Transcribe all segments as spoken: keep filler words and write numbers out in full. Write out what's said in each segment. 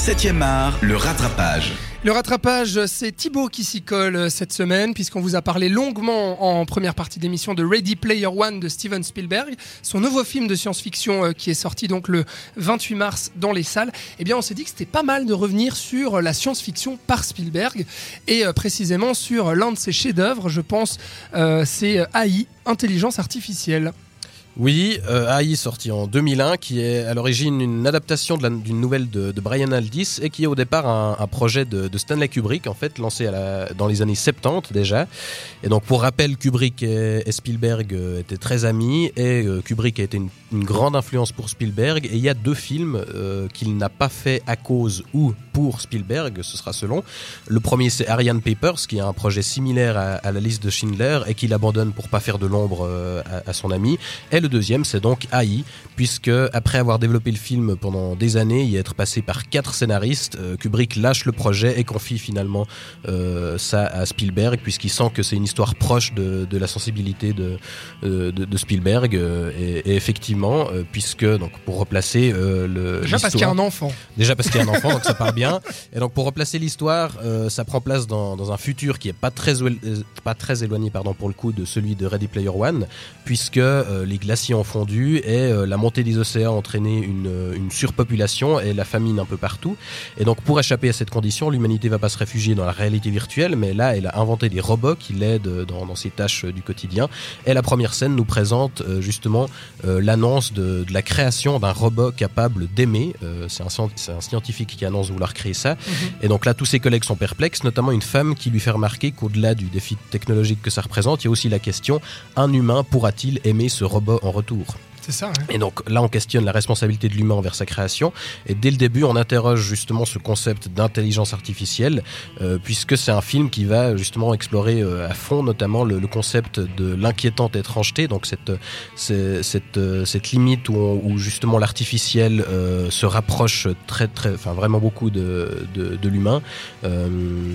septième art, le rattrapage. Le rattrapage, c'est Thibaut qui s'y colle cette semaine, puisqu'on vous a parlé longuement en première partie d'émission de Ready Player One de Steven Spielberg, son nouveau film de science-fiction qui est sorti donc le vingt-huit mars dans les salles. Eh bien, on s'est dit que c'était pas mal de revenir sur la science-fiction par Spielberg, et précisément sur l'un de ses chefs-d'œuvre, je pense, euh, c'est A I, Intelligence Artificielle. Oui, euh, A I sorti en deux mille un, qui est à l'origine une adaptation de la, d'une nouvelle de, de Brian Aldiss et qui est au départ un, un projet de, de Stanley Kubrick, en fait, lancé à la, dans les années soixante-dix déjà. Et donc, pour rappel, Kubrick et, et Spielberg euh, étaient très amis et euh, Kubrick a été une, une grande influence pour Spielberg. Et il y a deux films euh, qu'il n'a pas fait à cause ou pour Spielberg, ce sera selon. Le premier, c'est Ariane Papers, qui est un projet similaire à, à la liste de Schindler et qu'il abandonne pour pas faire de l'ombre euh, à, à son ami. Et le deuxième, c'est donc A I, puisque après avoir développé le film pendant des années et être passé par quatre scénaristes, euh, Kubrick lâche le projet et confie finalement euh, ça à Spielberg, puisqu'il sent que c'est une histoire proche de, de la sensibilité de, euh, de, de Spielberg. Euh, et, et effectivement, euh, puisque, donc pour replacer euh, le, Déjà parce qu'il y a un enfant. Déjà parce qu'il y a un enfant, donc ça part bien. Et donc pour replacer l'histoire, euh, ça prend place dans, dans un futur qui est pas très, euh, pas très éloigné pardon, pour le coup de celui de Ready Player One, puisque euh, les glaciers ont fondu et euh, la montée des océans a entraîné une, une surpopulation et la famine un peu partout. Et donc pour échapper à cette condition, l'humanité va pas se réfugier dans la réalité virtuelle, mais là elle a inventé des robots qui l'aident dans, dans ses tâches du quotidien. Et la première scène nous présente euh, justement euh, l'annonce de, de la création d'un robot capable d'aimer. Euh, c'est, un, c'est un scientifique qui annonce vouloir créer ça. Mm-hmm. Et donc là tous ses collègues sont perplexes, notamment une femme qui lui fait remarquer qu'au-delà du défi technologique que ça représente, il y a aussi la question: un humain pourra-t-il aimer ce robot en retour? C'est ça, hein. Et donc là on questionne la responsabilité de l'humain envers sa création, et dès le début on interroge justement ce concept d'intelligence artificielle, euh, puisque c'est un film qui va justement explorer euh, à fond notamment le, le concept de l'inquiétante étrangeté, donc cette, cette, cette, cette limite où, on, où justement l'artificiel euh, se rapproche très, très, enfin vraiment beaucoup de, de, de l'humain, euh,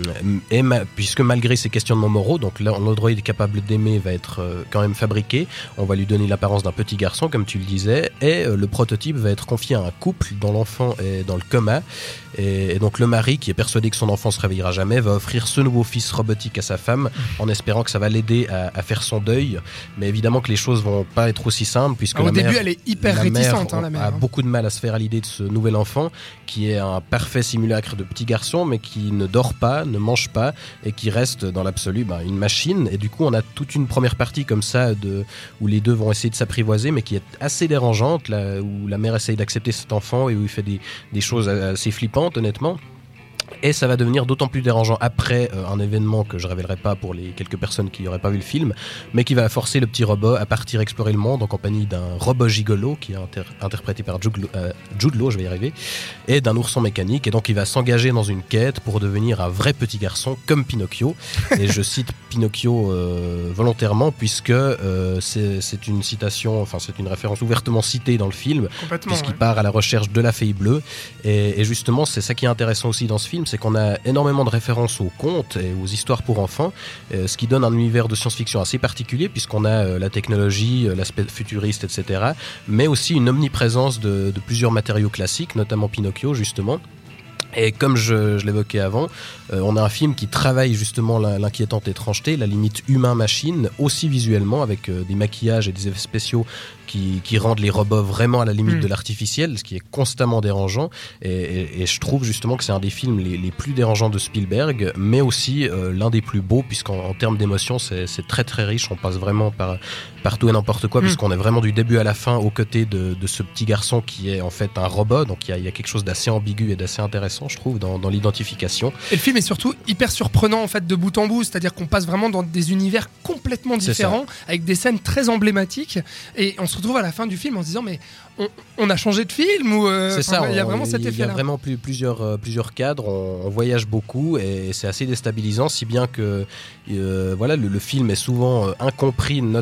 et ma, puisque malgré ces questionnements moraux, donc là l'androïde capable d'aimer va être euh, quand même fabriqué, on va lui donner l'apparence d'un petit garçon comme tu le disais, et euh, le prototype va être confié à un couple dont l'enfant est dans le coma, et, et donc le mari, qui est persuadé que son enfant se réveillera jamais, va offrir ce nouveau fils robotique à sa femme en espérant que ça va l'aider à, à faire son deuil. Mais évidemment que les choses vont pas être aussi simples, puisque Alors, la au début mère, elle est hyper la réticente, mère, hein, la mère, a hein. beaucoup de mal à se faire à l'idée de ce nouvel enfant qui est un parfait simulacre de petit garçon, mais qui ne dort pas, ne mange pas et qui reste dans l'absolu ben, une machine. Et du coup on a toute une première partie comme ça de, où les deux vont essayer de s'apprivoiser, mais qui est assez dérangeante, là, où la mère essaye d'accepter cet enfant et où il fait des, des choses assez flippantes honnêtement. Et ça va devenir d'autant plus dérangeant après euh, un événement que je révélerai pas pour les quelques personnes qui n'auraient pas vu le film, mais qui va forcer le petit robot à partir explorer le monde en compagnie d'un robot gigolo qui est inter- interprété par Jude Law, euh, Jude Law, je vais y arriver, et d'un ourson mécanique. Et donc il va s'engager dans une quête pour devenir un vrai petit garçon comme Pinocchio. Et je cite Pinocchio euh, volontairement puisque euh, c'est, c'est une citation, enfin c'est une référence ouvertement citée dans le film, puisqu'il ouais. part à la recherche de la fée bleue. Et, et justement c'est ça qui est intéressant aussi dans ce film, c'est qu'on a énormément de références aux contes et aux histoires pour enfants, euh, ce qui donne un univers de science-fiction assez particulier, puisqu'on a euh, la technologie, euh, l'aspect futuriste, et cetera, mais aussi une omniprésence de, de plusieurs matériaux classiques, notamment Pinocchio, justement. Et comme je, je l'évoquais avant, euh, on a un film qui travaille justement la, l'inquiétante étrangeté, la limite humain-machine, aussi visuellement, avec euh, des maquillages et des effets spéciaux qui, qui rendent les robots vraiment à la limite mmh. de l'artificiel, ce qui est constamment dérangeant. Et, et, et je trouve justement que c'est un des films les, les plus dérangeants de Spielberg, mais aussi euh, l'un des plus beaux, puisqu'en en termes d'émotion, c'est, c'est très très riche. On passe vraiment par, par tout et n'importe quoi, mmh. puisqu'on est vraiment du début à la fin aux côtés de, de ce petit garçon qui est en fait un robot. Donc il y a, il y a quelque chose d'assez ambigu et d'assez intéressant, je trouve, dans, dans l'identification. Et le film est surtout hyper surprenant en fait de bout en bout, c'est-à-dire qu'on passe vraiment dans des univers complètement différents, avec des scènes très emblématiques, et on se retrouve à la fin du film en se disant mais on, on a changé de film ou euh, c'est ça, il y a vraiment cet effet-là. Il y a vraiment plus, plusieurs, euh, plusieurs cadres, on, on voyage beaucoup et c'est assez déstabilisant, si bien que euh, voilà, le, le film est souvent euh, incompris, notamment dans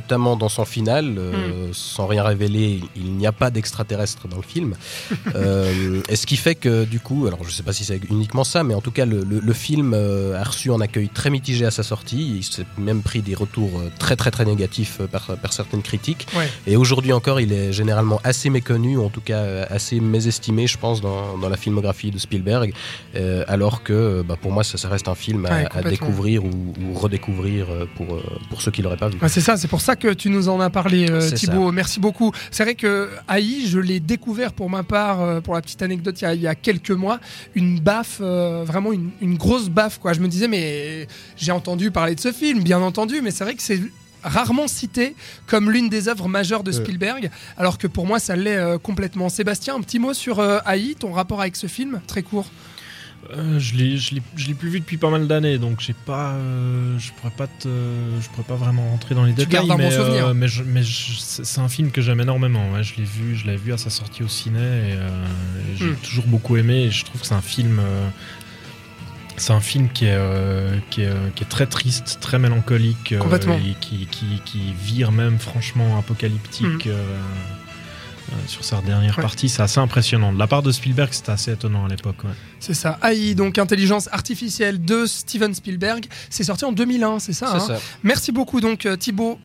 son final, euh, mm. sans rien révéler, il n'y a pas d'extraterrestre dans le film. euh, et ce qui fait que du coup, alors je ne sais pas si c'est uniquement ça, mais en tout cas le, le, le film euh, a reçu un accueil très mitigé à sa sortie. Il s'est même pris des retours très très très négatifs par, par certaines critiques. Ouais. Et aujourd'hui encore, il est généralement assez méconnu, en tout cas assez mésestimé, je pense, dans, dans la filmographie de Spielberg. Euh, alors que bah, pour moi, ça, ça reste un film à, ouais, à découvrir ou, ou redécouvrir pour, pour ceux qui l'auraient pas vu. Ouais, c'est ça, c'est pour ça que tu nous en as parlé, euh, Thibaut. Ça. Merci beaucoup. C'est vrai que A I, je l'ai découvert pour ma part, euh, pour la petite anecdote, il y a, il y a quelques mois, une baffe, euh, vraiment une, une grosse baffe, quoi. Je me disais, mais j'ai entendu parler de ce film, bien entendu, mais c'est vrai que c'est rarement cité comme l'une des œuvres majeures de Spielberg, ouais. alors que pour moi, ça l'est euh, complètement. Sébastien, un petit mot sur euh, A I, ton rapport avec ce film, très court. Euh, je l'ai, je l'ai, je l'ai plus vu depuis pas mal d'années, donc j'ai pas, euh, je pourrais pas, te, je pourrais pas vraiment rentrer dans les tu détails. Gardes un mais, bon souvenir. Euh, mais, je, mais je, c'est un film que j'aime énormément. Ouais. Je l'ai vu, je l'ai vu à sa sortie au ciné, et, euh, et j'ai mm. toujours beaucoup aimé. Et je trouve que c'est un film, euh, c'est un film qui est, euh, qui est, qui est très triste, très mélancolique, euh, et qui, qui, qui vire même franchement apocalyptique. Mm. Euh, sur sa dernière ouais. partie, c'est assez impressionnant. De la part de Spielberg, c'était assez étonnant à l'époque. Ouais. C'est ça. A I, donc intelligence artificielle de Steven Spielberg. C'est sorti en deux mille un, c'est ça, c'est hein ça. Merci beaucoup donc Thibaut